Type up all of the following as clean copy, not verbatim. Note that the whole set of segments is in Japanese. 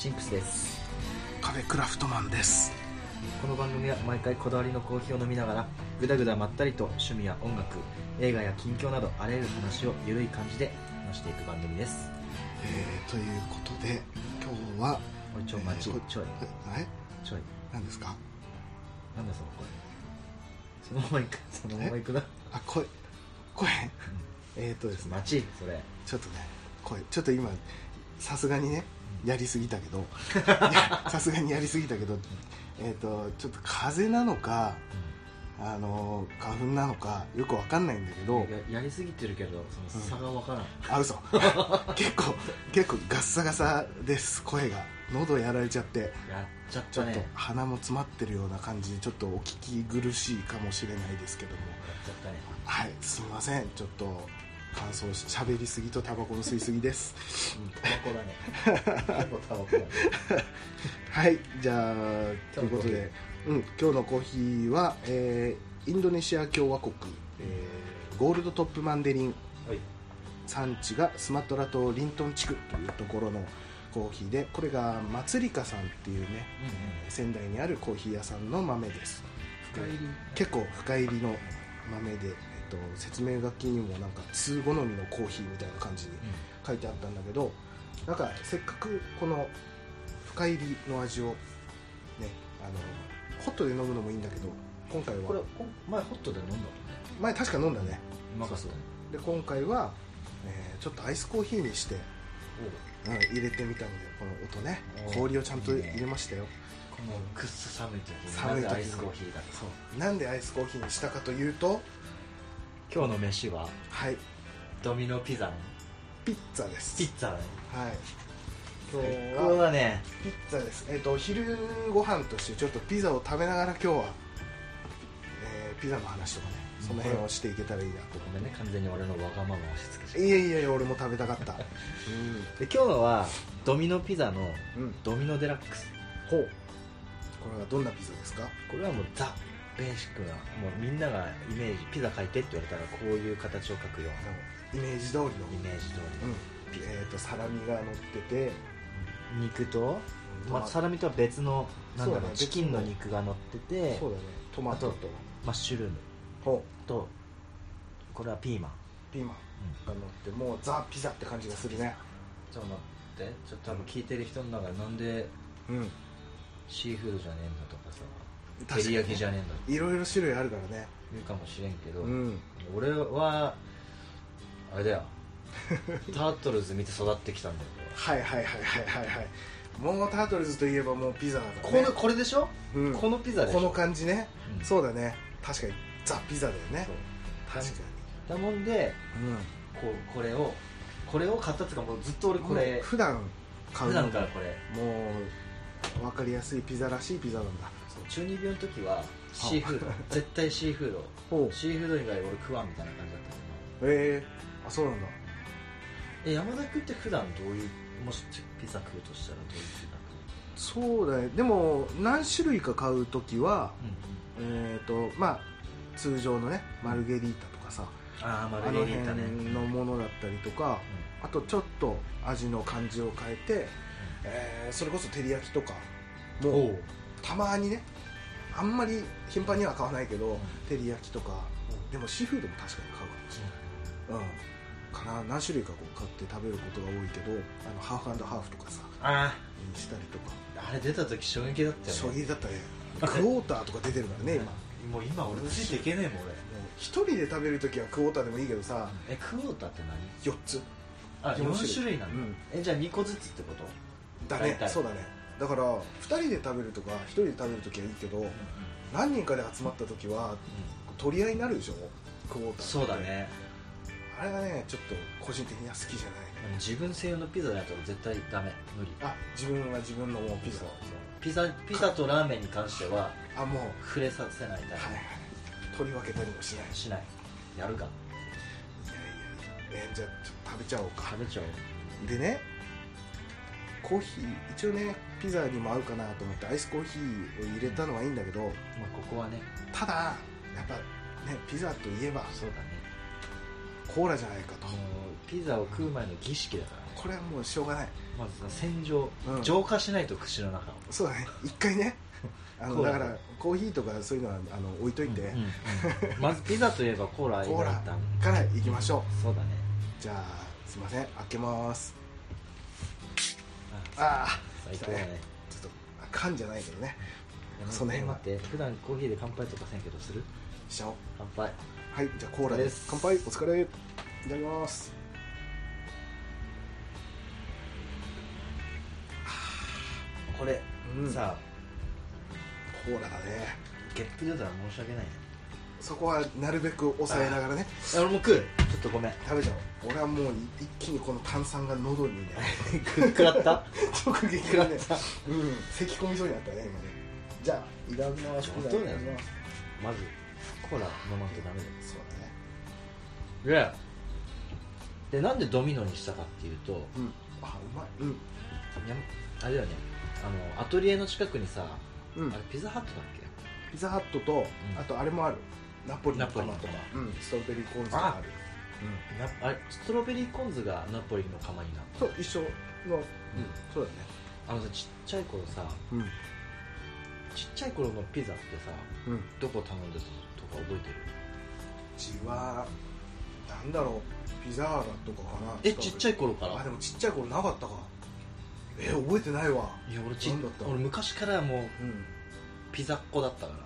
チンプスです。 カフェクラフトマンです。 この番組は毎回こだわりのコーヒーを飲みながらぐだぐだまったりと趣味や音楽、映画や近況などあらゆる話をゆるい感じで話していく番組です。 ということで今日はおいちょい待ち、ちょいちょい何ですか？ なんだその声。そのまま行く、そのまま行くな。 あ、声ですね、 待ち、それちょっとね、声ちょっと今さすがにねやりすぎたけどさすがにやりすぎたけどちょっと風邪なのか、花粉なのかよくわかんないんだけどやりすぎてるけどその差がわからん、 あ、嘘結構ガッサガサです。声が喉やられちゃってやっちゃっちょっとたね。 鼻も詰まってるような感じでちょっとお聞き苦しいかもしれないですけども、 やっちゃったね。 はい、すみません、ちょっと乾燥し喋りすぎとタバコの吸いすぎですタバコだね。タバコだね。 はい、じゃあということで、今日のコーヒーは、インドネシア共和国、ゴールドトップマンデリン、 はい、 産地がスマトラ島リントン地区というところのコーヒーで、これがマツリカさんっていうね、仙台にあるコーヒー屋さんの豆です。 深入り、 結構深入りの豆で、説明書きにもなんか通好みのコーヒーみたいな感じに書いてあったんだけど、なんかせっかくこの深入りの味をね、ホットで飲むのもいいんだけど、今回はこれ前ホットで飲んだもんね。 前確か飲んだね。 うまかったね。 で今回は、ちょっとアイスコーヒーにして入れてみたので、この音ね、氷をちゃんと入れましたよ。 このくっそ寒い時に寒い時にアイスコーヒーだと。 そうなんでアイスコーヒーにしたかというと、 今日の飯ははい、 ドミノピザのピッツァです。 ピッツァだね。 はい、 最今日は高だね。 ピッツァです。昼ご飯としてちょっとピザを食べながら今日は、ピザの話とかね、その辺をしていけたらいいなと。 ごめんね、完全に俺のわがままを押し付けちゃっいや俺も食べたかったた。で今日はドミノピザのドミノデラックス。 ほう、これはどんなピザですか？ これはもうザ・ベーシックな、もうみんながイメージ、ピザ描いてって言われたらこういう形を描くようなイメージ通りのイメージ通り、 サラミが乗ってて、 肉と、サラミとは別のなんだろう、 そうだね、 チキンの肉が乗ってて、 そうだね、トマトとマッシュルームほと、これはピーマン。 ピーマンが乗って、もうザ・ピザって感じがするね。 ちょっと待って、ちょっと多分聞いてる人の中でなんでシーフードじゃねえんだとかさ、照り焼きじゃねえんだとかいろいろ種類あるからね。 言うかもしれんけど、 うん、 俺はあれだよタートルズ見て育ってきたんだよ。 はいもうタートルズといえばもうピザだからね。 これでしょ、このピザでしょ、 この感じね、そうだね、確かにザ・ピザだよね。確かに。 だもんで、これを買ったっていうか、もうずっと俺これ普段買うの。 普段からこれもう分かりやすいピザらしいピザなんだ。 中二病の時はシーフード絶対シーフードシーフード以外俺食わんみたいな感じだったけど、 あ、そうなんだ。 山田君って普段どういう、もしピザ食うとしたらどういうピザ食う？ そうだね、でも何種類か買うときは、まあ通常のねマルゲリータとかさ、 マルゲリータね、 あの辺のものだったりとか、あとちょっと味の感じを変えて、それこそ照り焼きとかもたまにね、あんまり頻繁には買わないけど、照り焼きとか、でもシーフードも確かに買うかもしれない。かな、何種類かこう買って食べることが多いけど、ハーフ&ハーフとかさにしたりとか。 あれ出た時衝撃だったよね。 衝撃だったね。クォーターとか出てるからね今。もう今俺ついていけねえもん俺。 一人で食べるときはクォーターでもいいけどさ。 クォーターって何？4つ。 4種類なんだ。じゃあ2個ずつってことだね。そうだね。だから2人で食べるとか1人で食べるときはいいけど、何人かで集まったときは取り合いになるでしょ、クォーターって。 そうだね。あれがね、ちょっと個人的には好きじゃない。 自分専用のピザだと絶対ダメ、無理。 自分は自分のもうピザ。 ピザとラーメンに関してはもう触れさせないタイプ。 取り分けたりもしない。 やるか。 いやじゃあちょっと食べちゃおうか。 食べちゃおう。 でね、コーヒー一応ねピザにも合うかなと思ってアイスコーヒーを入れたのはいいんだけど、 ここはね、 ただやっぱね、ピザといえばそうだね、 コーラじゃないかと。 ピザを食う前の儀式だからね。 これはもうしょうがない。 まずさ洗浄、浄化しないと口の中を。 そうだね、一回ねだからコーヒーとかそういうのは置いといて、 まずピザといえばコーラからいきましょう。そうだね。 じゃあすいません、開けます。 最高だね。 ちょっと缶じゃないけどね、 その辺待って、普段コーヒーで乾杯とかせんけどする？ しちゃおう。 乾杯。 はい、じゃあコーラです。乾杯。お疲れ。いただきます。 これ、さコーラだね。 ゲップ出たら申し訳ないね。 そこはなるべく抑えながらね。 俺も食う。ちょっとごめん。 食べちゃおう。俺はもう一気にこの炭酸が喉にね食らった直撃がね、咳込みそうになったね今ね。じゃあいただきます。 どうだよ。まずコーラ飲まんとダメだよ。 そうだね。 でなんでドミノにしたかっていうと、 うまい。 あれだよね、アトリエの近くにさ、あれピザハットだっけ？ ピザハットと、あとあれもある、ナポリの釜とか、ストロベリーコーンズがある。 あれストロベリーコーンズがナポリの釜になった。 そう、一緒の、そうだね。 ちっちゃい頃さ、ちっちゃい頃のピザってさ、どこ頼んでたとか覚えてる？うちはなんだろう、ピザーラとかかな。 ちっちゃい頃から？ でもちっちゃい頃なかったか。覚えてないわ。 いや俺昔からもうピザっ子だったから。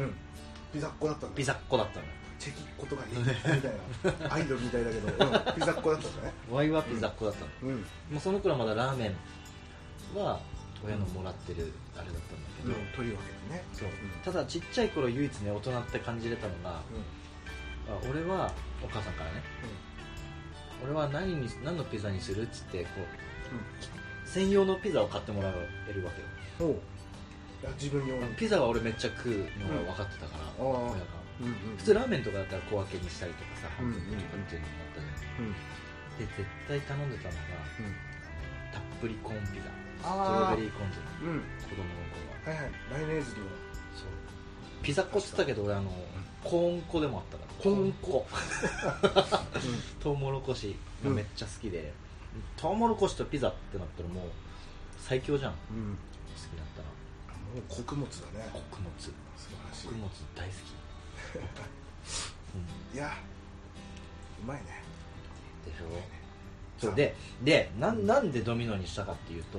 ピザっ子だったんだ。 ピザっ子だったの。 チェキっ子とかヘキっ子みたいなアイドルみたいだけど、ピザっ子だったんだね。 ワイはピザっ子だったの。もうその頃はまだラーメンは親のもらってるあれだったんだけど、 というわけでね。 そう。ただちっちゃい頃唯一ね大人って感じれたのが、俺はお母さんからね、俺は何のピザにするっつってこう専用のピザを買ってもらえるわけよ。 自分用のピザは俺めっちゃ食うのが分かってたから、親が普通ラーメンとかだったら小分けにしたりとかさ、半分とかっていうのがあったじゃん。で絶対頼んでたのがたっぷりコーンピザ、ストロベリーコーンズ、子供の頃は。 マヨネーズの。 そう、ピザ粉っつったけど俺コーン粉でもあったから。コーン粉トウモロコシがめっちゃ好きで、トウモロコシとピザってなったらもう最強じゃん。好きだったらもう穀物だね。 穀物素晴らしい。穀物大好き。 いやうまいね。 でしょ。そうでなんでドミノにしたかっていうと、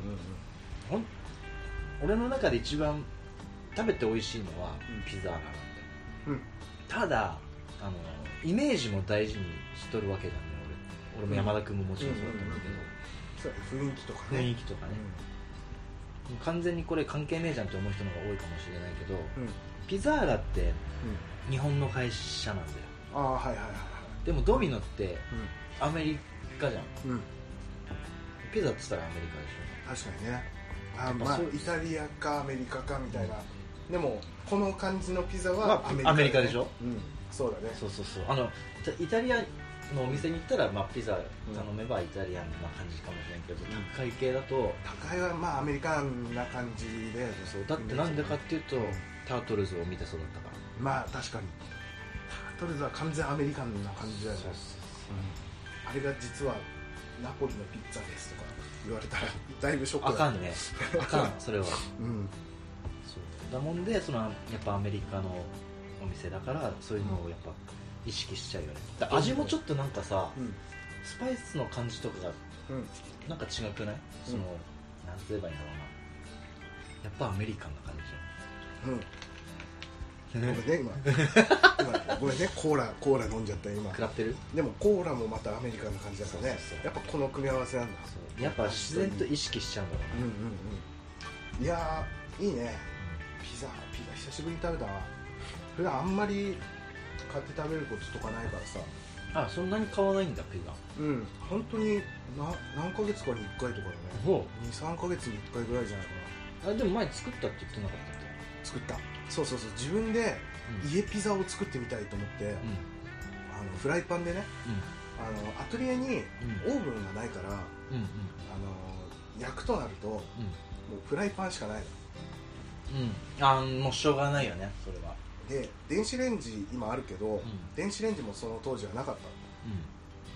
俺の中で一番食べて美味しいのはピザーラなんだよ。ただイメージも大事にしとるわけじゃんね。俺も山田君ももちろんそうだったんだけど、 雰囲気とかね。 雰囲気とかね、完全にこれ関係ねえじゃんって思う人の方が多いかもしれないけど、ピザーラって日本の会社なんだよ。でもドミノってアメリカじゃん。ピザって言ったらアメリカでしょ。 確かにね。イタリアかアメリカかみたいな。でもこの感じのピザはアメリカでしょ。 そうだね。 そうイタリアのお店に行ったらピザ頼めばイタリアンな感じかもしれんけど、高い系だと高いはアメリカンな感じで。 そうだってなんでかっていうとタートルズを見て育ったから。 確かにタートルズは完全アメリカンな感じだよね。あれが実はナポリのピッツァですとか言われたらだいぶショックだ。 あかんね。あかんそれは。そうだもんでやっぱアメリカのお店だからそういうのをやっぱ意識しちゃうよね。味もちょっとなんかさ、スパイスの感じとかがなんか違くない？なんて言えばいいんだろうな。やっぱアメリカンな感じごめんねごめんね、コーラ飲んじゃった今。 食らってる？ でもコーラもまたアメリカンな感じだからね。やっぱこの組み合わせなんだ。 やっぱ自然と意識しちゃうんだろうな。 いやいいね。ピザ久しぶりに食べたわ。普段あんまり買って食べることとかないからさ。 そんなに買わないんだピザ。 本当に何ヶ月かに1回とかだね。2、3ヶ月に1回ぐらいじゃないかな。 でも前作ったって言ってなかったっけ？ 作った。そう自分で家ピザを作ってみたいと思って、フライパンでね、アトリエにオーブンがないから、焼くとなると、もうフライパンしかないの。もうしょうがないよねそれは。で電子レンジ今あるけど、電子レンジもその当時はなかった。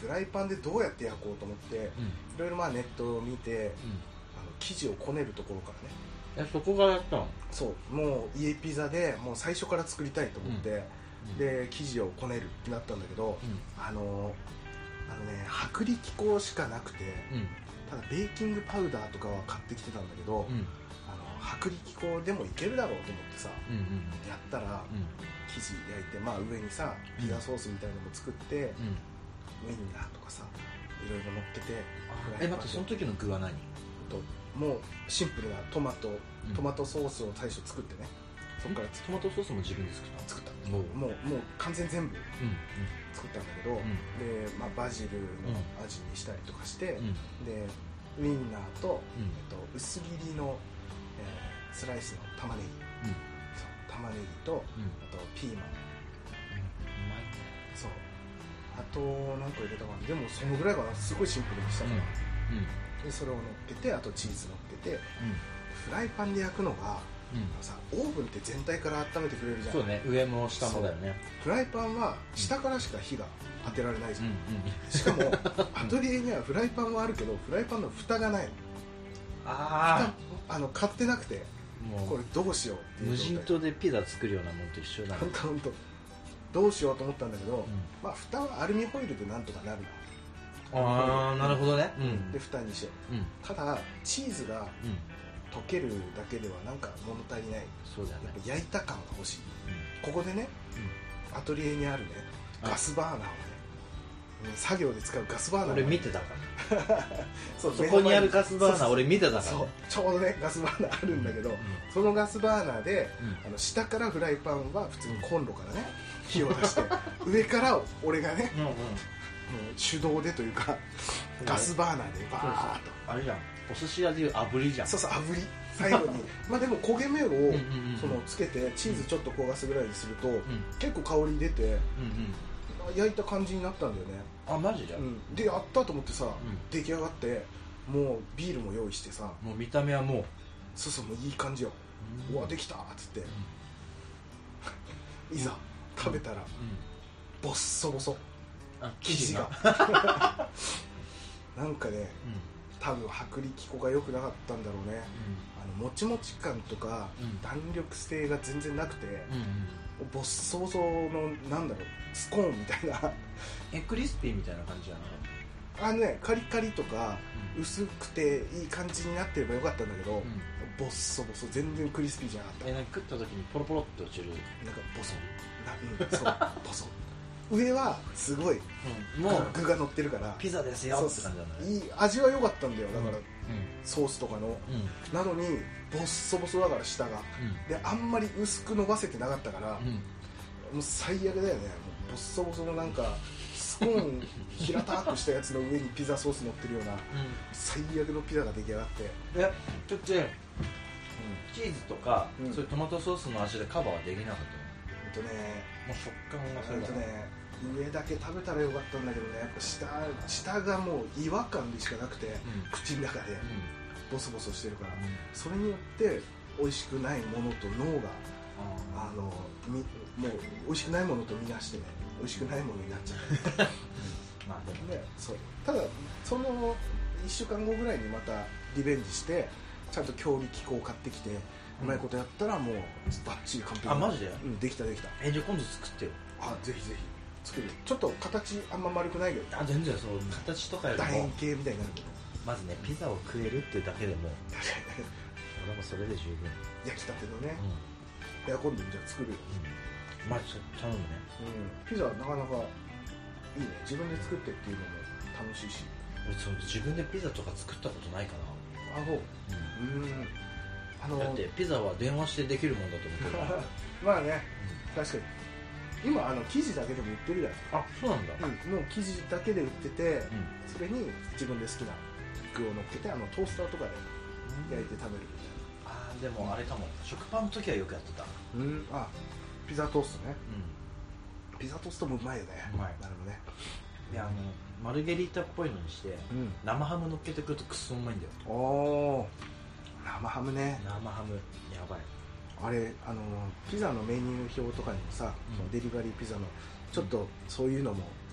フライパンでどうやって焼こうと思って、いろいろまあネットを見て、生地をこねるところからね。 そこからやったの？ そうもう家ピザでもう最初から作りたいと思って、で生地をこねるってなったんだけど、薄力粉しかなくて、ただベーキングパウダーとかは買ってきてたんだけど、薄力粉でもいけるだろうと思ってさ、やったら、生地焼いて、まあ、上にさピザソースみたいなのも作って、ウインナーとかさいろいろ乗っけて。 待ってその時の具は何？ もうシンプルなトマトソースを最初作ってね、そこからトマトソースも自分で作ったもう完全全部作ったんだけど、で、まあ、バジルの味にしたりとかして、でウインナーと、薄切りの、スライスの玉ねぎ、玉ねぎと、あとピーマン、そうあと何個入れたかな、でもそのぐらいかな、すごいシンプルにしたから、でそれを乗っけて、あとチーズ乗っけて、フライパンで焼くのが、さオーブンって全体から温めてくれるじゃん。 そうね、上も下もだよね。 フライパンは下からしか火が当てられないじゃん、しかもアトリエにはフライパンはあるけどフライパンの蓋がないの。買ってなくて、もうこれどうしようっていう無人島でピザ作るようなもんと一緒だね。 本当どうしようと思ったんだけど、まあ蓋はアルミホイルでなんとかなるな。 なるほどね。 で蓋にして、ただチーズが溶けるだけではなんか物足りない。 そうだね、 やっぱ焼いた感が欲しい。ここでね、アトリエにあるねガスバーナーをね、作業で使うガスバーナーを、 俺見てたからそこにあるガスバーナー俺見てたから、 そうちょうどねガスバーナーあるんだけど、そのガスバーナーで、下からフライパンは普通にコンロからね火を出して上から俺がね、もう手動でというかガスバーナーでバーッと、 あれじゃん、お寿司屋でいう炙りじゃん。 そう炙り最後にまあでも焦げ目をつけてチーズちょっと焦がすぐらいにすると、結構香り出て、焼いた感じになったんだよね。 あ、マジじゃん。 でやったと思ってさ、出来上がってもうビールも用意してさ、 もう見た目はもうそうもういい感じよ。うわできたっつって、いざ食べたらボッソボソ、生地がなんかね、多分薄力粉が良くなかったんだろうね。もちもち感とか弾力性が全然なくて、ボッソボソのなんだろう、スコーンみたいなクリスピーみたいな感じじゃない？ ね、カリカリとか薄くていい感じになってればよかったんだけど、ボッソボソ全然クリスピーじゃなかった。 なんか食った時にポロポロって落ちる、 なんかボソそうボソ上はすごい、もう具が乗ってるからピザですよって感じだね。 いい味は良かったんだよ。だから、ソースとかの、なのにボッソボソだから下が、であんまり薄く伸ばせてなかったから、もう最悪だよね。もうボッソボソのなんかスコーン平たくしたやつの上にピザソース乗ってるような、最悪のピザが出来上がって、 ちょっとチーズとか、そういうトマトソースの味でカバーはできなかったの？もう食感がそれだね。 上だけ食べたらよかったんだけどね、やっぱ下がもう違和感でしかなくて、口の中でボソボソしてるから、それによって美味しくないものと脳がもう美味しくないものと見なしてね、美味しくないものになっちゃうまあでもね、そうただその1週間後ぐらいにまたリベンジしてちゃんと強力粉を買ってきて、うまいことやったらもうバッチリ完璧に。 マジで？ できた。じゃあ今度作ってよ。 ぜひぜひ作る。ちょっと形あんま丸くないけど、 全然そう形とかよりも楕円形みたいになるけど、 まずねピザを食えるっていうだけでも俺もそれで十分。 焼きたてのね、いや今度じゃあ作るよ。 まあ頼むね。 ピザなかなかいいね。自分で作ってっていうのも楽しいし。 俺自分でピザとか作ったことないかな。だってピザは電話してできるもんだと思ってるまあね、確かに今生地だけでも売ってるじゃないですか。 そうなんだ。 もう生地だけで売ってて、それに自分で好きな具を乗っけてトースターとかで焼いて食べるみたいな。 でもあれかも、食パンの時はよくやってた。 ピザトーストね。ピザトーストもうまいよね。 うまい。 なるほどね。 でマルゲリータっぽいのにして、生ハム乗っけてくるとクソうまいんだよ。 生ハムね。 生ハムやばい。 あれピザのメニュー表とかにもさ、そのデリバリーピザのちょっとそういうのも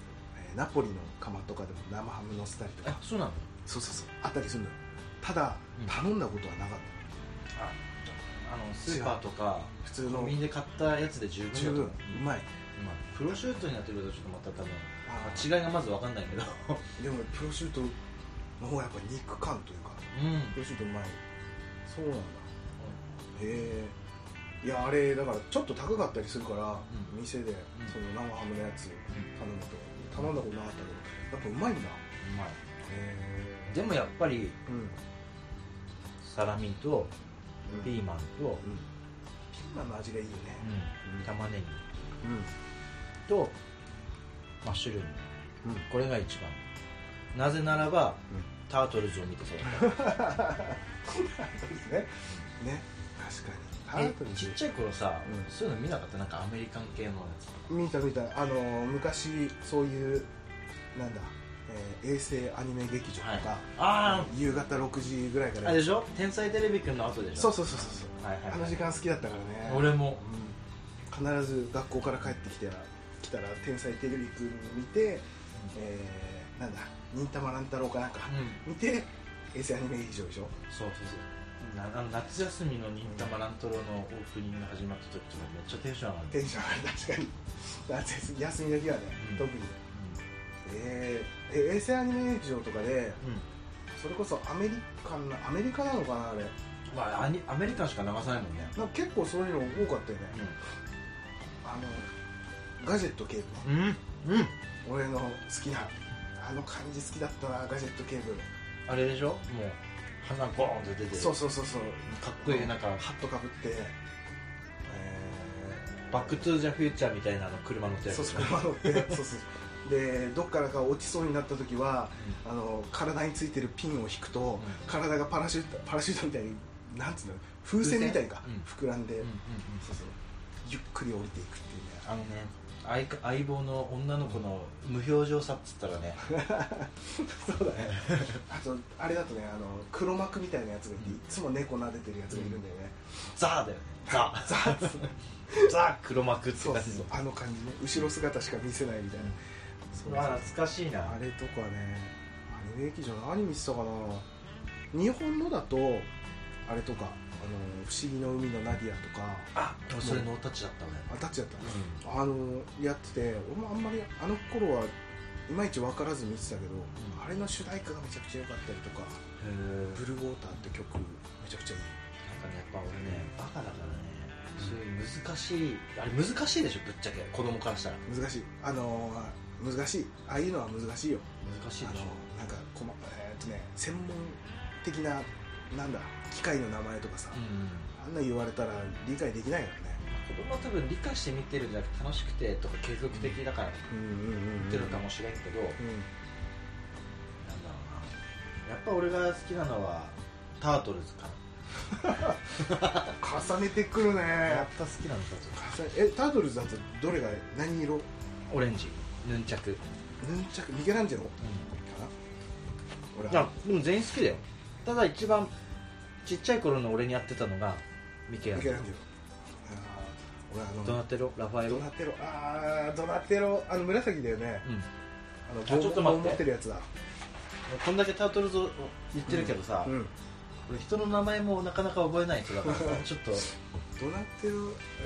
ナポリの窯とかでも生ハム乗せたりとか。 そうなの？ そうあったりするのよ。ただ、頼んだことはなかった。 スーパーとか普通のコンビニで買ったやつで十分うまい。 プロシュートになってくるとちょっとまた多分違いがまず分かんないけどでもプロシュートの方がやっぱり肉感というか、プロシュートうまい。そうなんだ。へえ。いやあれだからちょっと高かったりするから、店でその生ハムのやつ頼んだことなかったけど、やっぱうまいんだ。 うまい。でもやっぱりサラミとピーマンとピーマンの味がいいよね。 玉ねぎとマッシュルーム、これが一番。なぜならば、タートルズを見てそうだったそうですね。ね、確かにタートルズ。 ちっちゃい頃さ、そういうの見なかった？なんかアメリカン系のやつ。 見た昔そういうなんだ、衛星アニメ劇場とか、夕方6時ぐらいからあれでしょ、天才テレビくんの後でしょ。 そう、あの時間好きだったからね。 俺も必ず学校から帰ってきたら天才テレビくん見て、なんだ忍たま乱太郎かなんか見て、衛星アニメ劇場でしょ。そう夏休みの忍たま乱太郎のオープニングが始まった時とかめっちゃテンション上がる。 テンション上がる。確かに夏休みの日はね、特に。衛星アニメ劇場とかで、それこそアメリカなのかなあれ。 アメリカンしか流さないもんね。 なんか結構そういうの多かったよね。ガジェット警部ね。俺の好きなあの感じ好きだったな。ガジェット警部あれでしょ、もう鼻ゴーンと出て、 そうかっこいい、なんかハットかぶって、 バックトゥーザフューチャーみたいなの車乗ってる。 車乗ってでどっからか落ちそうになった時は、体についてるピンを引くと、体がパラシュートみたいに、なんつうの、風船みたいか、膨らんで、ゆっくり降りていくっていうね。 相棒の女の子の無表情さっつったらねそうだね。あとあれだとね、黒幕みたいなやつがいて、いつも猫撫でてるやつがいるんだよね。 ザーだよね。ザ黒幕って感じ。 あの感じね、後ろ姿しか見せないみたいな。 懐かしいな。 あれとかね、アニメ劇場何見てたかな。日本のだとあれとか、不思議の海のナディアとか。 それノータッチだったね。 タッチだった、やってて、俺もあんまりあの頃はいまいち分からず見てたけど、あれの主題歌がめちゃくちゃ良かったりとか、ブルーウォーターって曲めちゃくちゃいい。 なんかね、やっぱ俺ね、バカだからね、そういう難しい、あれ難しいでしょ、ぶっちゃけ子供からしたら。難しい。 難しい。ああいうのは難しいよ。 難しいでしょ。 なんか専門的な、なんだ、機械の名前とかさ、あんな言われたら理解できないからね。 子供は多分理解して見てるんじゃなくて、楽しくてとか継続的だから言ってるかもしれんけど、なんだろうな、やっぱ俺が好きなのはタートルズかな。 重ねてくるね。 やっぱ好きなのタートルズだとどれが何色？ オレンジ。ヌンチャクミケランジェロかな。 でも全員好きだよ。ただ一番ちっちゃい頃の俺にやってたのがミケランジェロ。ドナテロ、ラファエロ。 ドナテロ、紫だよね。 ちょっと待って、 持ってるやつだ。 こんだけタートルズを言ってるけどさ、俺人の名前もなかなか覚えない人だからちょっとドナテロ、ラファエロ、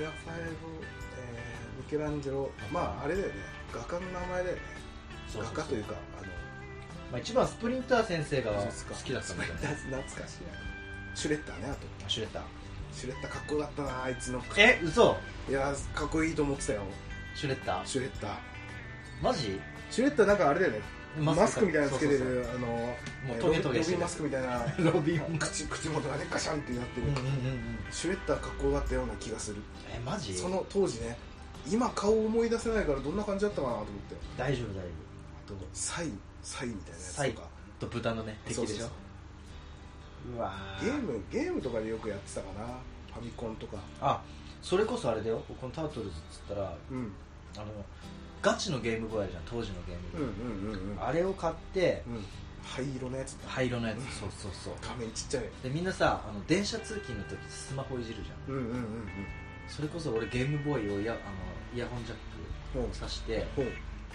ミケランジェロ、あれだよね、画家の名前だよね。画家というか、 一番スプリンター先生が好きだったんだよね。 懐かしい。シュレッダーね。あとシュレッダーかっこよかったな、あいつの。 嘘。 いやかっこいいと思ってたよ。 シュレッダーマジ。 シュレッダーなんかあれだよね、マスクみたいなのつけてる、 もうトゲトゲしてるロビンマスクみたいな口元がねガシャンってなってる。シュレッダーかっこよかったような気がする。 マジ。 その当時ね、今顔思い出せないからどんな感じだったかなと思って。 大丈夫。 サイみたいなやつサイと豚のね敵でしょ。うわゲームとかでよくやってたかな、ファミコンとか。 それこそあれだよ、このタートルズっつったら、ガチのゲームボーイあるじゃん、当時のゲームボーイ。あれを買って、灰色のやつ。そう画面ちっちゃいで、みんなさ、電車通勤の時スマホいじるじゃん。それこそ俺ゲームボーイをイヤホンジャックを挿して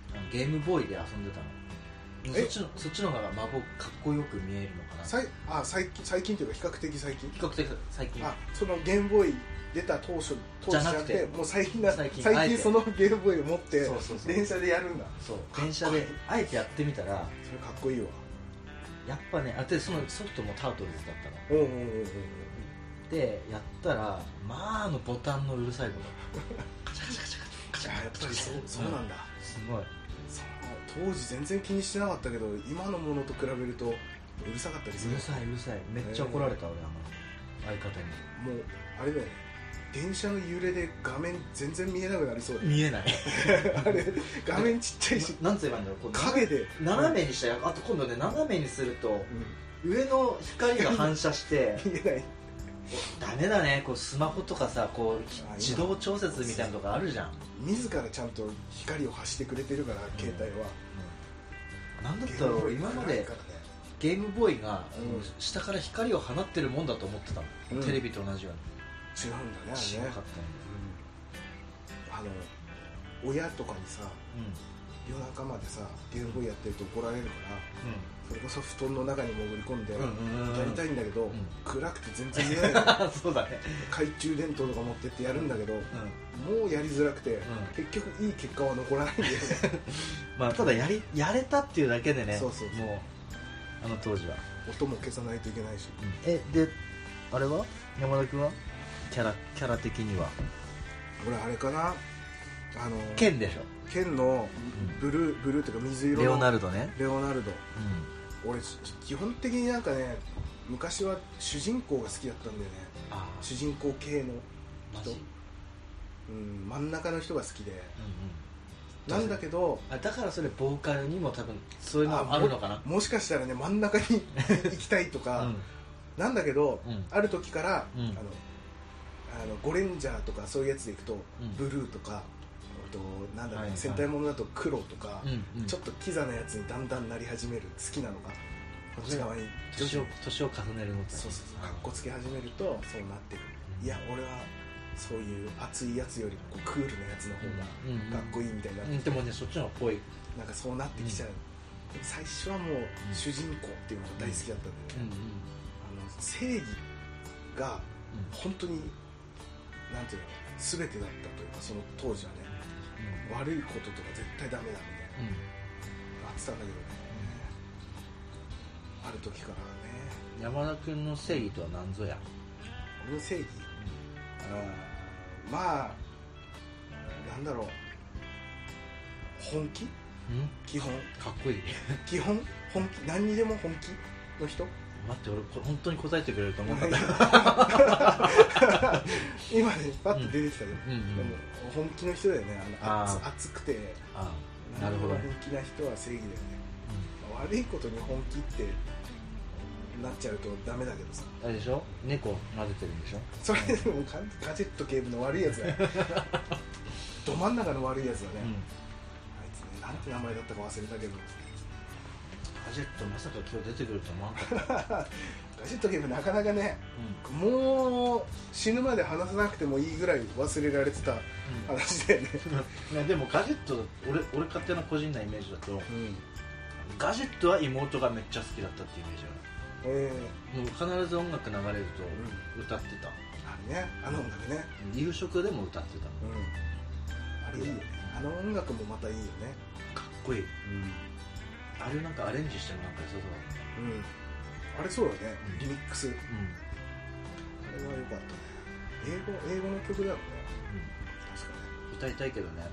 ゲームボーイで遊んでたの。そっちの方が孫かっこよく見えるのかな。 最近というか比較的最近。 比較的最近。 そのゲームボーイ出た当時じゃなくて、もう最近そのゲームボーイを持って電車でやるんだ。 そう、電車であえてやってみたらそれかっこいいわ。 やっぱね、でそのソフトもタートルズだったの。でやったら、まあボタンのうるさいことカチャカチャカチャカチャ。 やっぱりそうなんだ。 すごい。 当時全然気にしてなかったけど、今のものと比べるとうるさかったりする。 うるさい、めっちゃ怒られた俺、相方に。 もうあれだよね、電車の揺れで画面全然見えなくなりそうだ。 見えないあれ画面ちっちゃいし、 なんつえばいいんだろう、 影で斜めにしたら、あと今度ね、斜めにすると、上の光が反射して見えない。 ダメだね、こうスマホとかさ、こう自動調節みたいなとこあるじゃん。 自らちゃんと光を発してくれてるから、携帯は。 なんだったら俺今までゲームボーイが下から光を放ってるもんだと思ってたの、テレビと同じように。 違うんだね。 違かったんだ。 親とかにさ、夜中までさゲームボーイやってると怒られるから、それこそ布団の中に潜り込んでやりたいんだけど、暗くて全然見えないそうだね、 懐中電灯とか持ってってやるんだけど、もうやりづらくて、結局いい結果は残らないんだよね。 まあただやれたっていうだけでね。 そうそうそう、 もうあの当時は音も消さないといけないし。 であれは山田君はキャラ的には俺あれかな、 剣でしょ。 剣のブルーっていうか水色のレオナルドね。 レオナルド、俺基本的になんかね、昔は主人公が好きだったんだよね。主人公系の人、真ん中の人が好きで、なんだけど、 だからそれボーカルにも多分そういうのあるのかな。 もしかしたらね、真ん中に行きたいとか、なんだけど、ある時から、ゴレンジャーとかそういうやつでいくと、ブルーとか、なんだろう、戦隊ものだと黒とか、ちょっとキザなやつにだんだんなり始める、好きなのがこっち側に年を重ねるのか。 そうかっこつけ始めるとそうなってくる。いや俺はそういう熱いやつよりもクールなやつの方がかっこいいみたいな、 でもね、そっちの方がぽい。 なんかそうなってきちゃう。最初はもう主人公っていうのが大好きだったんだよね。正義が本当になんていうの、全てだったというか、その当時はね、悪いこととか絶対ダメだみたいな、あってたんだけどね、ある時からね。 山田君の正義とは何ぞや。 俺の正義、まあなんだろう、本気、基本かっこいい基本本気、何にでも本気の人。 待って、俺本当に答えてくれると思ったんだ今ねパッと出てきたけど、でも本気の人だよね。熱くて、 なるほど、 本気な人は正義だよね。悪いことに本気ってなっちゃうとダメだけどさ。 あれでしょ、猫混ぜてるんでしょ。 それでもガジェット警部の悪いやつだよど真ん中の悪いやつだね、あいつね、なんて名前だったか忘れたけど。 ガジェットまさか今日出てくると思わなかったガジェット警部なかなかね、もう死ぬまで話さなくてもいいぐらい忘れられてた話だよね、 でもガジェット、俺勝手な個人なイメージだと、ガジェットは妹がめっちゃ好きだったっていうイメージがある。もう必ず音楽流れると歌ってた。 あれね、あの音楽ね、 夕食でも歌ってた。 あれいいよね、あの音楽もまたいいよね、 かっこいい。あれなんかアレンジしてもなんか良さそうだった。 あれそうだね、リミックス、あれは良かったね。英語の曲だろうね、確かに。 歌いたいけどね、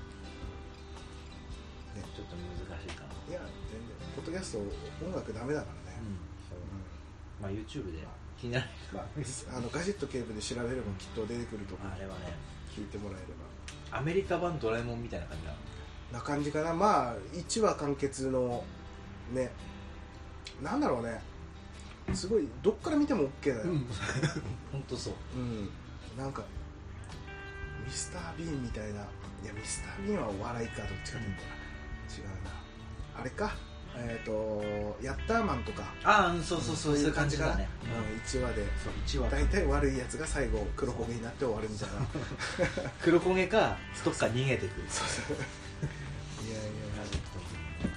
ちょっと難しいかな。 いや全然、ポッドキャスト音楽ダメだからね。 まあ YouTube で気になる、 ガジェット警部で調べればきっと出てくると思う。 あれはね、 聞いてもらえればアメリカ版ドラえもんみたいな感じだな感じかな。まあ1話完結のね、なんだろうね、すごいどっから見ても OK だよ。 本当そう。 なんかミスター・ビーンみたいな、いやミスター・ビーンはお笑いか、どっちかというと違うな、あれか、ヤッターマンとか、 そういう感じだね。 1話で大体悪いやつが最後黒焦げになって終わるみたいな黒焦げかどっか逃げてくる。 いや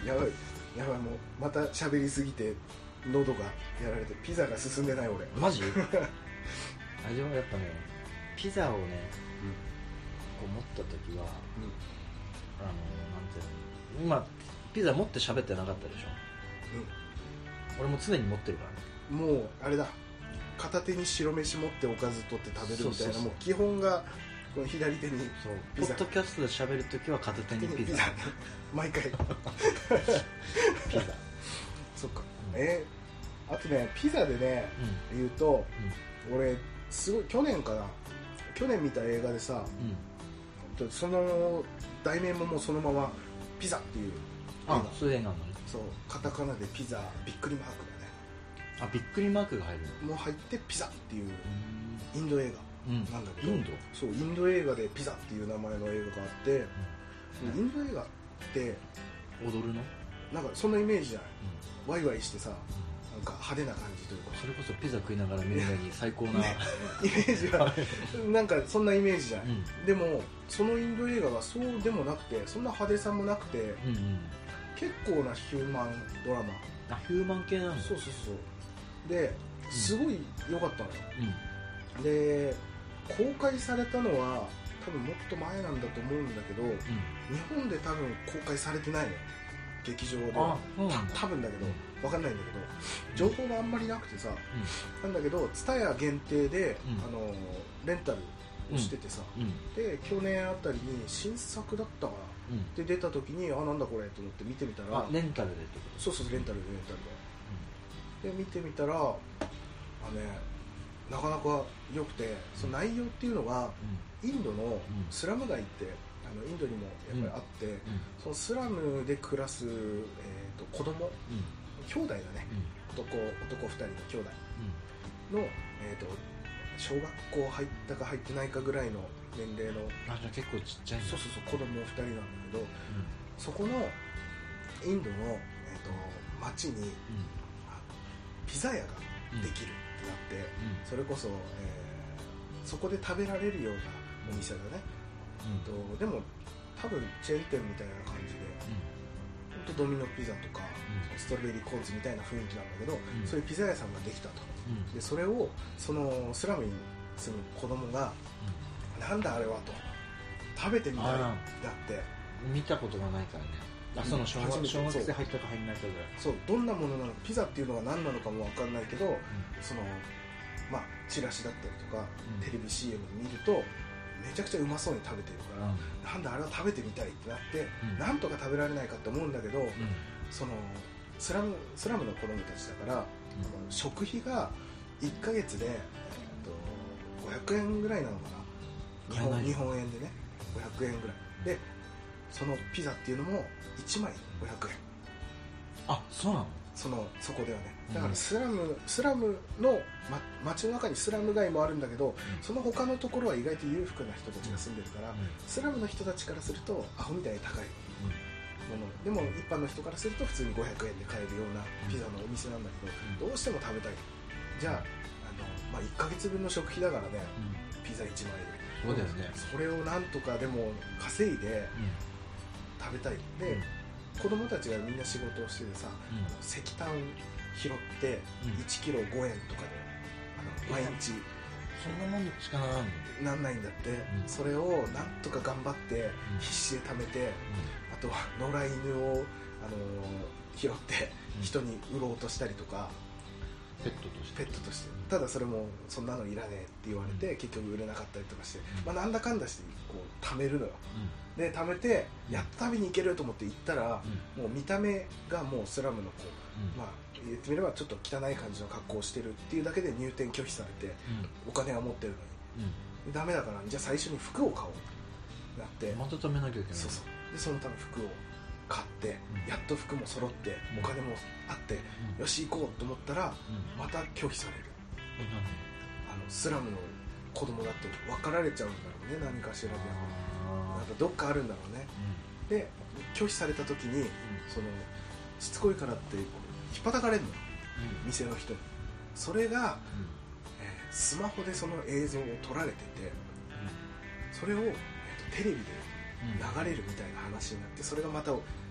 やばいもうまた喋りすぎて喉がやられてピザが進んでない俺。 マジ？味はやっぱね、ピザをね、こう持った時は、なんていうの、今ピザ持って喋ってなかったでしょ。俺も常に持ってるからね。 もうあれだ、片手に白飯持っておかず取って食べるみたいな、もう基本がこの左手にピザ。ポッドキャストで喋るときは片手にピザ毎回ピザそっか、あとね、ピザでね、言うと、俺すごい去年見た映画でさ、その題名ももうそのままピザっていう映画。 そういう映画なのね。 そう、カタカナでピザびっくりマークだね。 びっくりマークが入るのもう入ってピザっていうインド映画なんだけど、そう、インド映画でピザっていう名前の映画があって、インド映画って踊るのなんかそんなイメージじゃない、ワイワイしてさ、なんか派手な感じというか、 それこそピザ食いながら見るのに最高な、 ね、イメージはなんかそんなイメージじゃない、でもそのインド映画がそうでもなくて、そんな派手さもなくて、結構なヒューマンドラマ。 ヒューマン系なの？ そうですごい良かったのよ、で公開されたのは多分もっと前なんだと思うんだけど、日本で多分公開されてないのよ、劇場で。多分だけど分かんないんだけど、情報があんまりなくてさ、なんだけど TSUTAYA 限定で、レンタルをしててさ、で去年あたりに新作だったかな、で出た時になんだこれと思って見てみたら、 レンタルでってこと？ そうレンタルで見てみたらなかなか良くて、その内容っていうのが、インドのスラム街ってインドにもやっぱりあって、そのスラムで暮らす、子供、兄弟だね、男2人の兄弟の、小学校入ったか入ってないかぐらいの年齢の、 じゃあ結構ちっちゃいんだ。 そう子供2人なんだけど、そこのインドの、町に、ピザ屋ができるってなって、それこそ、そこで食べられるようなお店だね、でも多分チェーン店みたいな感じで、ほんとドミノピザとか、ストロベリーコーンズみたいな雰囲気なんだけど、そういうピザ屋さんができたと、でそれをそのスラムに住む子供が、なんだあれはと食べてみたいだって見たことがないからね。その小学生入ったか入んないかぐらい。 そう、どんなものなの、ピザっていうのが何なのかも分かんないけど、そのチラシだったりとか、テレビ CM 見るとめちゃくちゃうまそうに食べてるから、なんだあれは食べてみたいってなって、なんとか食べられないかって思うんだけど、そのスラムの子供たちだから、食費が1ヶ月で、500円ぐらいなのかな、日本円でね、500円ぐらいで、そのピザっていうのも1枚500円。 そうなの？ そこではね、だからスラムの、街の中にスラム街もあるんだけど、その他のところは意外と裕福な人たちが住んでるから、スラムの人たちからするとアホみたいに高いものでも、一般の人からすると普通に500円で買えるようなピザのお店なんだけど、どうしても食べたい。じゃあ1ヶ月分の食費だからね、ピザ1枚で、 そうだよね、 それをなんとかでも稼いで食べたい。で子供たちがみんな仕事をしててさ、石炭拾って1キロ5円とかで、毎日そんなもんにしかなんないんだって、それをなんとか頑張って必死で貯めて、あとは野良犬を拾って人に売ろうとしたりとか、 ペットとして、 ただそれもそんなのいらねえって言われて、結局売れなかったりとかして、なんだかんだしてこう貯めるのよ、で貯めてやっと食べに行けると思って行ったら、もう見た目がもうスラムの子、言ってみればちょっと汚い感じの格好をしてるっていうだけで入店拒否されて、お金は持ってるのに、ダメだから、じゃあ最初に服を買おうってなって、 また食べなきゃいけない。 でそのため服を買って、やっと服も揃ってお金もあって、よし行こうと思ったら、また拒否される。スラムの子供だって分かられちゃうんだろうね、何かしらで。なんかどっかあるんだろうね、で拒否された時に、そのしつこいからって引っ叩かれるのよ、店の人に。それが、スマホでその映像を撮られてて、それを、テレビで流れるみたいな話になって、それがまた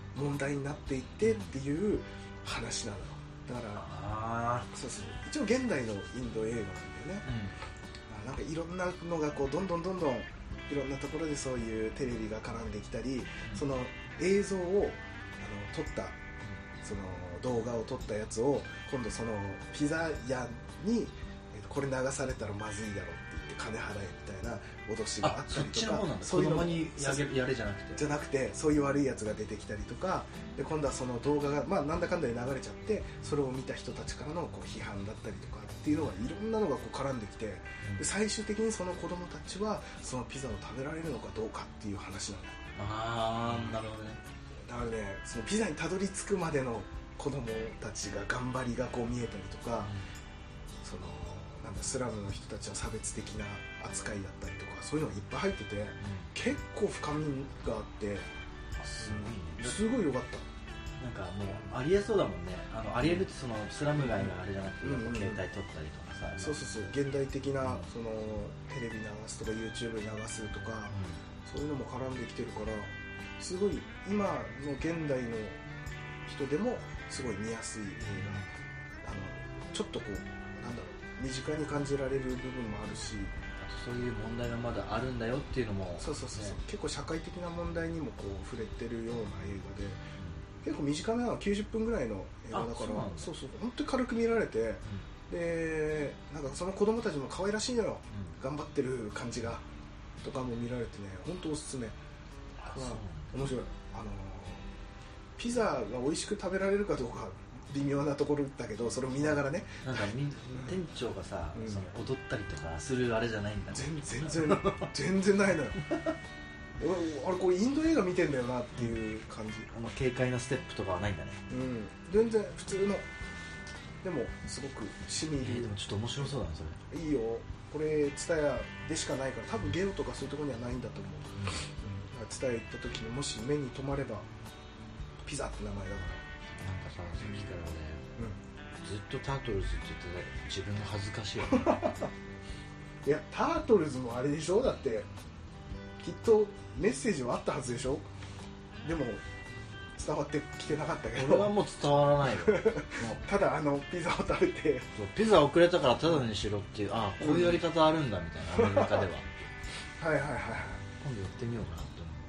問題になっていってっていう話なのよ。だからそうそう、一応現代のインド映画なんだよね、なんかいろんなのがこうどんどんいろんなところでそういうテレビが絡んできたり、その映像を撮ったその動画を撮ったやつを今度そのピザ屋にこれ流されたらまずいだろうって言って金払えみたいな脅しがあったりとか、 そういうのにやれじゃなくてそういう悪いやつが出てきたりとかで、今度はその動画が、なんだかんだで流れちゃって、それを見た人たちからのこう批判だったりとかっていうのがいろんなのがこう絡んできて、で最終的にその子供たちはそのピザを食べられるのかどうかっていう話なんだよ。 なるほどね。 だからね、そのピザにたどり着くまでの子供たちが頑張りがこう見えたりとか、そのなんだスラムの人たちの差別的な扱いだったりとか、そういうのがいっぱい入ってて、結構深みがあってすごい良かった。 なんかもうありえそうだもんね。ありえるってそのスラム街のあれじゃなくて、携帯撮ったりとかさ、 そう現代的なそのテレビ流すとか YouTube に流すとか、そういうのも絡んできてるから、すごい今の現代の人でもすごい見やすい映画、ちょっとこうなんだろう、身近に感じられる部分もあるし、 そういう問題がまだあるんだよっていうのも、 そう、結構社会的な問題にもこう触れてるような映画で、結構短めなのは90分ぐらいの映画だから、そう本当に軽く見られて、でなんかその子供たちも可愛らしいのよ、頑張ってる感じがとかも見られてね、本当おすすめ。面白い。ピザが美味しく食べられるかどうか微妙なところだけど、それを見ながらね、 なんか店長がさ、その踊ったりとかするあれじゃないんだね。 全然ないのよあれこれインド映画見てんだよなっていう感じ。 軽快なステップとかはないんだね。 全然普通の、でもすごくしみる。 でもちょっと面白そうだなそれ。 いいよ、これTSUTAYAでしかないから、多分ゲオとかそういうところにはないんだと思う。TSUTAYA行った時にもし目に留まればピザって名前だから。 なんかさ、さっきからね、ずっとタートルズって言ってた自分が恥ずかしいよねいや、タートルズもあれでしょ、だってきっとメッセージはあったはずでしょ。でも伝わってきてなかったけど、 俺はもう伝わらないよただピザを食べて、 ピザ遅れたからタダにしろっていう、こういうやり方あるんだみたいな、アメリカでははい今度やってみようかなって思う。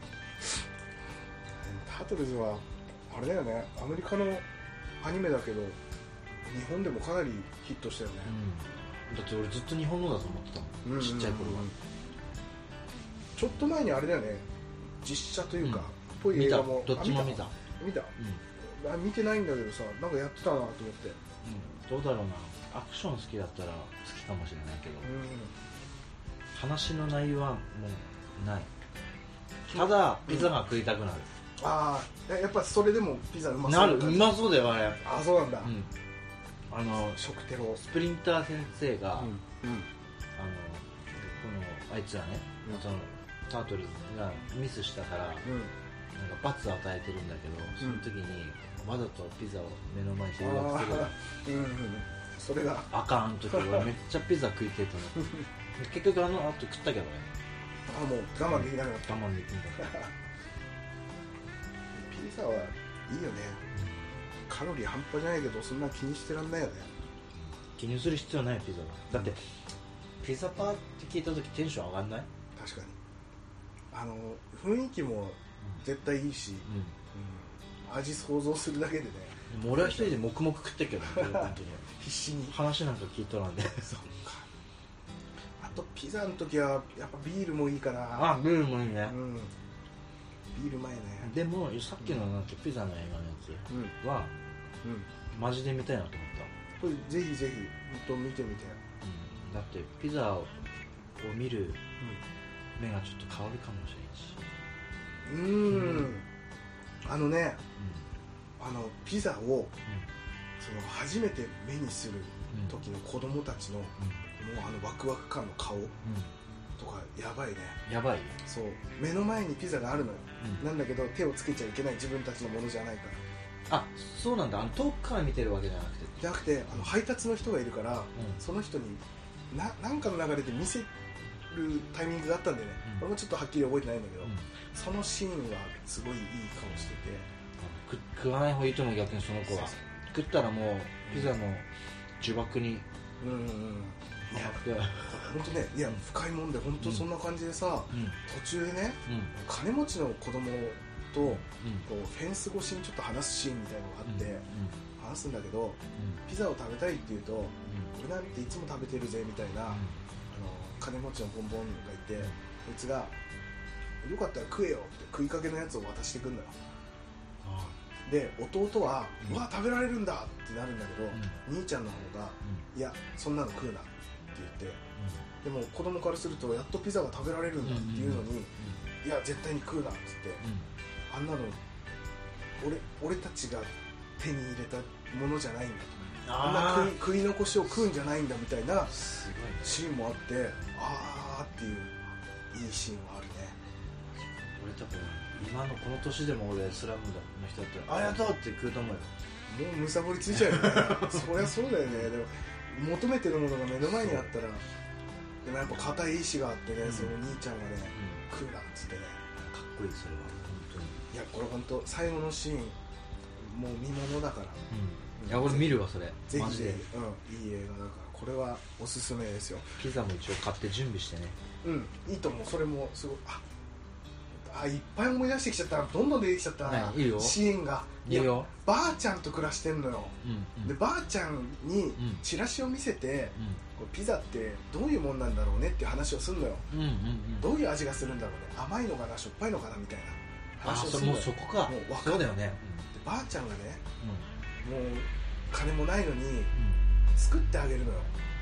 タートルズはあれだよね、アメリカのアニメだけど日本でもかなりヒットしたよね、 だって俺ずっと日本のだと思ってたもん、ちっちゃい頃は。 ちょっと前にあれだよね、実写というか、っぽい映画もどっちも見た、 見てないんだけどさ、なんかやってたなと思って、 どうだろうな、アクション好きだったら好きかもしれないけど、話の内容はもうない。ただピザが食いたくなる。 やっぱそれでもピザうまそうなる、うまそうだよあれ。 そうなんだ。 食テロスプリンター先生が、このあいつらね、そのタートルズがミスしたから、なんか罰を与えてるんだけど、その時にわざとピザを目の前にして誘惑するそれがあかん時はめっちゃピザ食いてたの結局あと食ったけどね。 もう我慢できなかった。 我慢できなかったピザはいいよね、カロリー半端じゃないけどそんな気にしてらんないよね。 気にする必要ないよピザは。だってピザパーって聞いた時テンション上がんない？ 確かに雰囲気も絶対いいし、味想像するだけでね。 でも俺は一人で黙々食ってっけど本当に必死に話なんか聞いとらんでそっか。あとピザの時はやっぱビールもいいかな。 ビールもいいね、 ビール前ね。 でもさっきのなんてピザの映画のやつは、マジで見たいなと思った。 これぜひぜひ本当見てみて、 だってピザを見る目がちょっと変わるかもしれんし、 ピザを、その初めて目にする時の子供たちの、もうワクワク感の顔とかやばいね。 やばい。 そう、目の前にピザがあるのよ、なんだけど手をつけちゃいけない、自分たちのものじゃないから。 そうなんだ。遠くから見てるわけじゃなくて配達の人がいるから、その人に何かの流れで見せるタイミングがあったんでね、俺もちょっとはっきり覚えてないんだけど、そのシーンはすごいいい顔してて、 食わない方がいいと思う。逆にその子は食ったらもうピザの呪縛にいや本当ね、いや深いもんで本当そんな感じでさ、途中でね、金持ちの子供とこうフェンス越しにちょっと話すシーンみたいなのがあって、話すんだけど、ピザを食べたいって言うと、俺なんていつも食べてるぜみたいな、金持ちのボンボンがいて、こいつがよかったら食えよって食いかけのやつを渡してくんだよ。で弟は、うわ食べられるんだってなるんだけど、兄ちゃんの方が、いやそんなの食うなって言って、でも子供からするとやっとピザが食べられるんだっていうのに、いや絶対に食うなって言って、あんなの俺たちが手に入れたものじゃないんだと、あんな食い残しを食うんじゃないんだみたいなシーンもあって、あーっていういいシーンはあるね。 俺多分今のこの年でも俺スラムの人だったらありがとうって食うと思うよ。 もうむさぼりついちゃうよねそりゃそうだよね。でも求めてるものが目の前にあったら、でもやっぱ固い意志があってね、その兄ちゃんがね、食うなっつってね、 かっこいい。それは本当に。 いやこれ本当最後のシーンもう見ものだから、 いや俺見るわそれ。 ぜひぜひ、いい映画だからこれはおすすめですよ。 ピザも一応買って準備してね。 いいと思う。それもすごいいっぱい思い出してきちゃった。どんどん出てきちゃったな。 いいよシーンが。 いいよ。 ばあちゃんと暮らしてんのよ、でばあちゃんにチラシを見せて、これピザってどういうもんなんだろうねっていう話をするのよ、どういう味がするんだろうね、甘いのかなしょっぱいのかなみたいな話をするのよ。 もうそこか。 もう分かる。 そうだよね。 でばあちゃんがね、もう金もないのに作ってあげるのよ、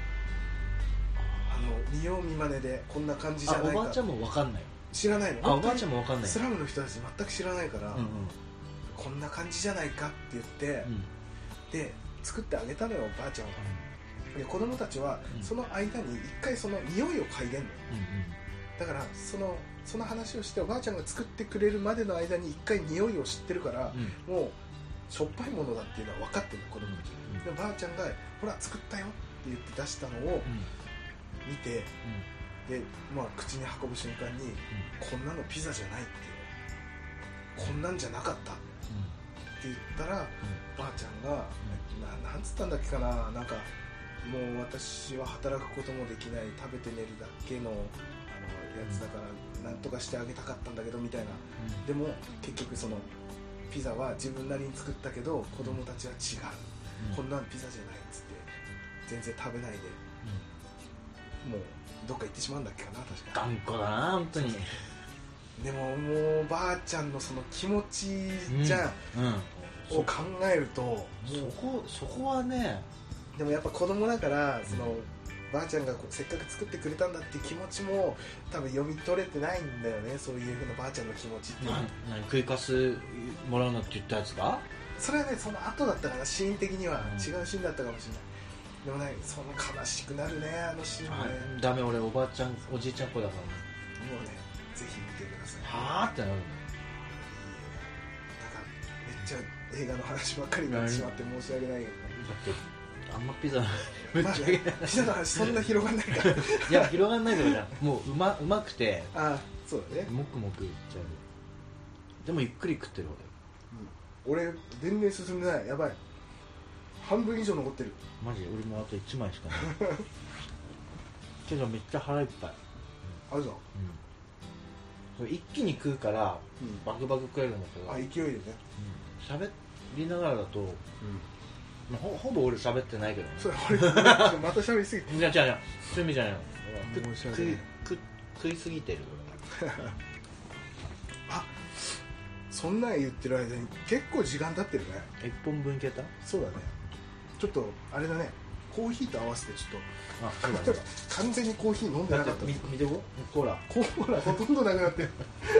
見よう見まねでこんな感じじゃないか。 おばあちゃんも分かんない。 知らないの。 おばあちゃんも分かんない。 スラムの人たち全く知らないから、こんな感じじゃないかって言って、で作ってあげたのよばあちゃんは、で子供たちはその間に一回その匂いを嗅いでんのよ、だからその話をしておばあちゃんが作ってくれるまでの間に一回匂いを知ってるから、もうしょっぱいものだっていうのは分かってるの子供たち、でばあちゃんがほら作ったよって言って出したのを見て、で口に運ぶ瞬間に、こんなのピザじゃないっていう、こんなんじゃなかったって言ったら、ばあちゃんが、なんつったんだっけかな、なんかもう私は働くこともできない、食べて寝るだけのやつだからなんとかしてあげたかったんだけどみたいな、でも結局そのピザは自分なりに作ったけど子供たちは違う、こんなんピザじゃないっつって全然食べないで、もうどっか行ってしまうんだっけかな、確か。 頑固だな本当に。 でももうばあちゃんのその気持ちじゃん、を考えると、 そこはね、 でもやっぱ子供だからその、ばあちゃんがせっかく作ってくれたんだっていう気持ちも多分読み取れてないんだよね、そういうふうなばあちゃんの気持ちっていうのは。 食いかすもらうのって言ったやつか。 それはねその後だったからシーン的には違うシーンだったかもしれない、でもねその悲しくなるね、あのシーンもね。 ダメ、俺おばあちゃんおじいちゃん子だからね。 もうねぜひ見てください。 はぁってなる。 なんかめっちゃ映画の話ばっかりになってしまって申し訳ないけど、 だってあんまピザピザの話そんな広がんないからいや広がんないけどね、もううまくて、 そうだね、 もくもくいっちゃう。でもゆっくり食ってる俺全然進んでない、やばい、半分以上残ってる。 マジで俺もあと1枚しかないけどめっちゃ腹いっぱい。 あるぞ、 一気に食うからバクバク食えるんだけど、 勢いでね喋りながらだと、ほぼ俺喋ってないけどね。 それ俺また喋りすぎて、 いや違う違う、そういう意味じゃないの。食いすぎてるそんなん言ってる間に結構時間経ってるね。 1本分いけた。 そうだね、ちょっとあれだね、コーヒーと合わせてちょっと、 そうだね完全にコーヒー飲んでなかった。 見てこコーラほとんどなくなってる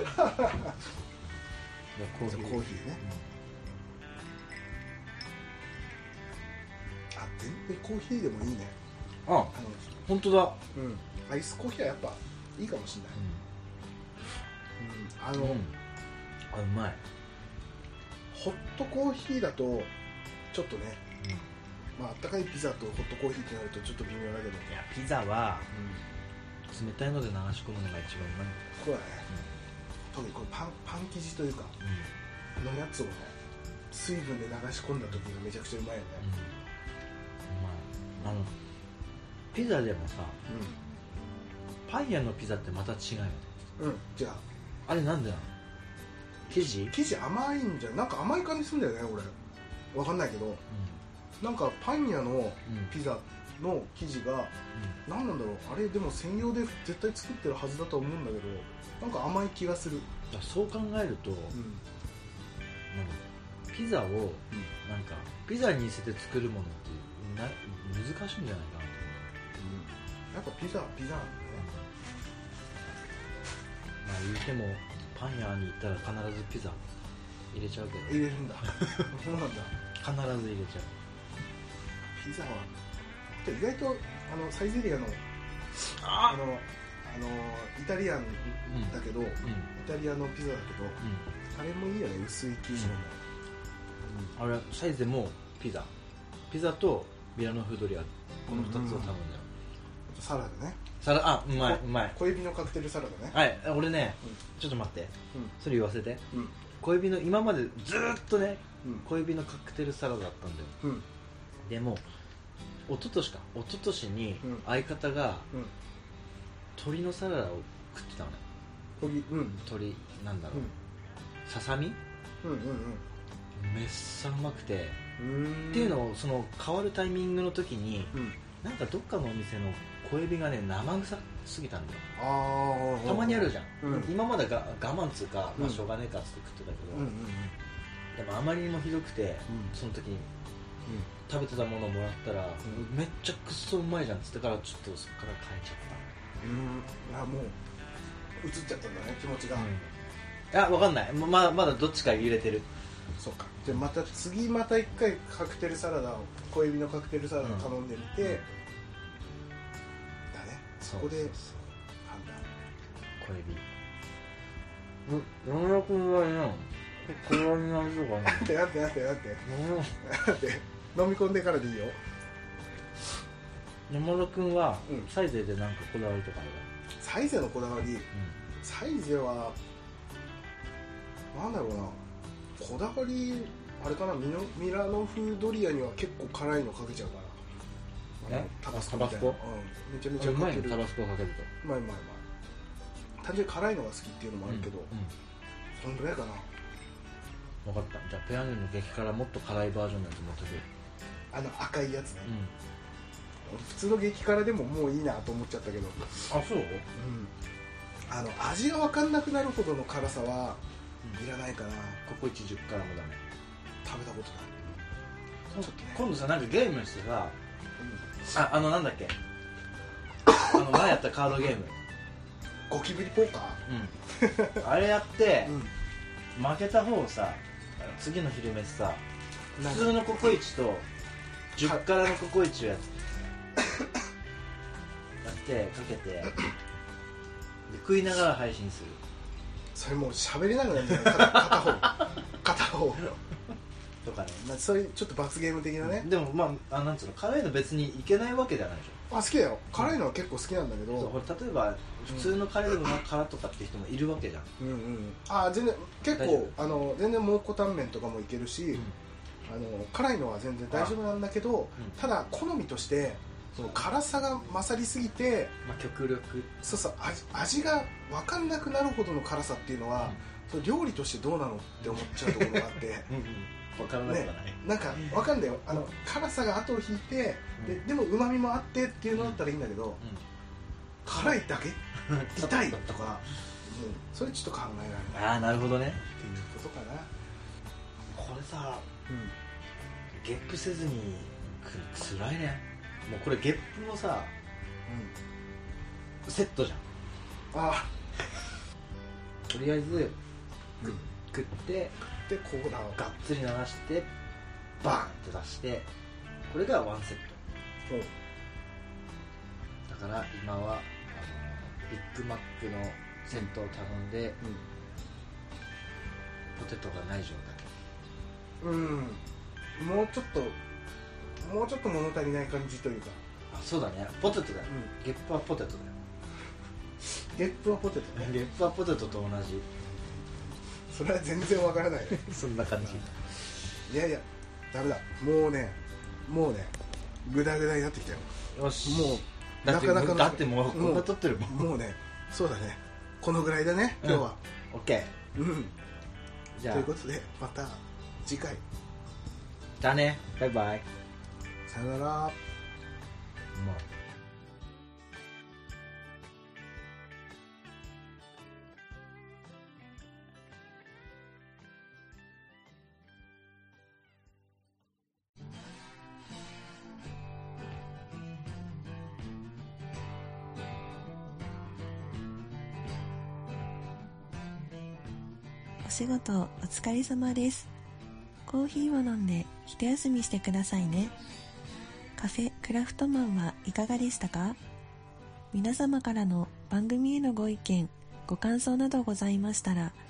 コーヒーね、 全然コーヒーでもいいね。 本当だ。 アイスコーヒーはやっぱいいかもしれない。 うまい。 ホットコーヒーだとちょっとね、あったかいピザとホットコーヒーってなるとちょっと微妙だけど、 いやピザは冷たいので流し込むのが一番うまい。 そうだね、特にこれパン生地というか、のやつをね水分で流し込んだ時がめちゃくちゃうまいよね、 まあピザでもさ、パン屋のピザってまた違うよね。 じゃあれなんでなの？生地甘いんじゃなんか甘い感じするんだよね俺わかんないけど、なんかパン屋のピザの生地が、何なんだろうあれでも専用で絶対作ってるはずだと思うんだけどなんか甘い気がする。 そう考えると、ピザをなんかピザに似せて作るものって難しいんじゃないかなと思う。 やっぱピザなんだね。 まあ言うてもパン屋に行ったら必ずピザ入れちゃうけど。 入れるんだそうなんだ。 必ず入れちゃう。 ピザは意外とサイゼリアのイタリアンだけど、イタリアのピザだけど、あれもいいよね薄い生地の、 あれサイゼもピザとミラノ風ドリアこの2つを頼んだよ。 サラダね。 うまい。 小エビのカクテルサラダね。 はい、俺ね、ちょっと待って、それ言わせて、小エビの今までずっとね、小エビのカクテルサラダだったんだよ、でも一昨年に相方が鶏のサラダを食ってたのね。鶏なんだろう、ささみ、めっさうまくて、っていうのをその変わるタイミングの時に、なんかどっかのお店の小エビがね生臭すぎたんだよ。たまにあるじゃん、今まで我慢つうか、まあ、しょうがねえかっつって食ってたけど、でもあまりにもひどくて、その時に食べてたものをもらったら、めっちゃくっそうまいじゃんっつってからちょっとそこから変えちゃった。 もう移っちゃったんだね気持ちが。 分かんない、まだどっちか入れてる。 そうか。じゃあまた一回カクテルサラダを小エビのカクテルサラダ頼んでみて、だね。そこで判断。 小エビ。山田君はね、これはになるとかね。 待って飲み込んでからでいいよ。 山田君はサイゼでなんかこだわりとかある？ サイゼのこだわり、サイゼはなんだろうな、こだわりあれかな、ミラノ風ドリアには結構辛いのかけちゃうから。タバスコみたいな。めちゃめちゃかける。 タバスコかけるとうまい。単純に辛いのが好きっていうのもあるけど、そんぐらいかな。 分かった。じゃあペヤングの激辛もっと辛いバージョンのやつ持ってくる。 赤いやつね、普通の激辛でももういいなと思っちゃったけど。 あ、そう？ 味が分かんなくなるほどの辛さはいらないかな。 ココイチ10辛もダメ。 食べたことない。ちょっとね、 今度さ、なんかゲームしてさ、なんだっけ前やったカードゲームゴキブリポーカー、あれやって、負けた方さ、次の昼飯さ、普通のココイチと10辛のココイチをやってかけてで食いながら配信する。 それもう喋れなくなるんじゃない片方とかね。 そういうちょっと罰ゲーム的なね。 でもなんつうの、辛いの別にいけないわけじゃないでしょ。 好きだよ。辛いのは結構好きなんだけど、 例えば普通のカレーでも辛とかって人もいるわけじゃん。 全然結構全然蒙古タンメンとかもいけるし、辛いのは全然大丈夫なんだけど、ただ好みとしてその辛さが勝りすぎて、 極力味が分かんなくなるほどの辛さっていうのは、その料理としてどうなのって思っちゃうところがあって分からなくはない、 なんか分かんだよ、辛さが後を引いて、でもうまみもあってっていうのだったらいいんだけど、辛いだけ痛いとか、それちょっと考えられない。 なるほどねっていうことかな。 これさ、ゲップせずにつらいね。もうこれゲップもさ、セットじゃん。とりあえず食ってでコーラをがっつり流してバーンって出して、これがワンセットだから、今はビッグマックのセットを頼んで、ポテトがない状態。 もうちょっと物足りない感じというか。 そうだね、ポテトだよ、ゲップはポテトだよ。 ゲップはポテトね。 ゲップはポテトと同じ。 それは全然わからないねそんな感じ。 いやいやダメだ、もうねグダグダになってきたよ。 よし、 もうだってなかなかだってもうこんな撮ってるもん。 もうね、そうだね、このぐらいだね今日は。 オッケー。 うん、 じゃあということでまた次回、 じゃあね、バイバイ。 さよなら。 まあお仕事お疲れ様です。コーヒーを飲んで一休みしてくださいね。カフェクラフトマンはいかがでしたか？皆様からの番組へのご意見ご感想などございましたら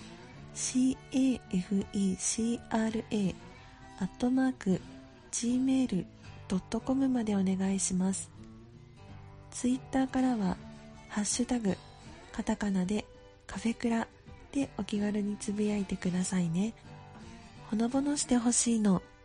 cafecra@gmail.com までお願いします。ツイッターからはハッシュタグカタカナでカフェクラでお気軽につぶやいてくださいね。ほのぼのしてほしいの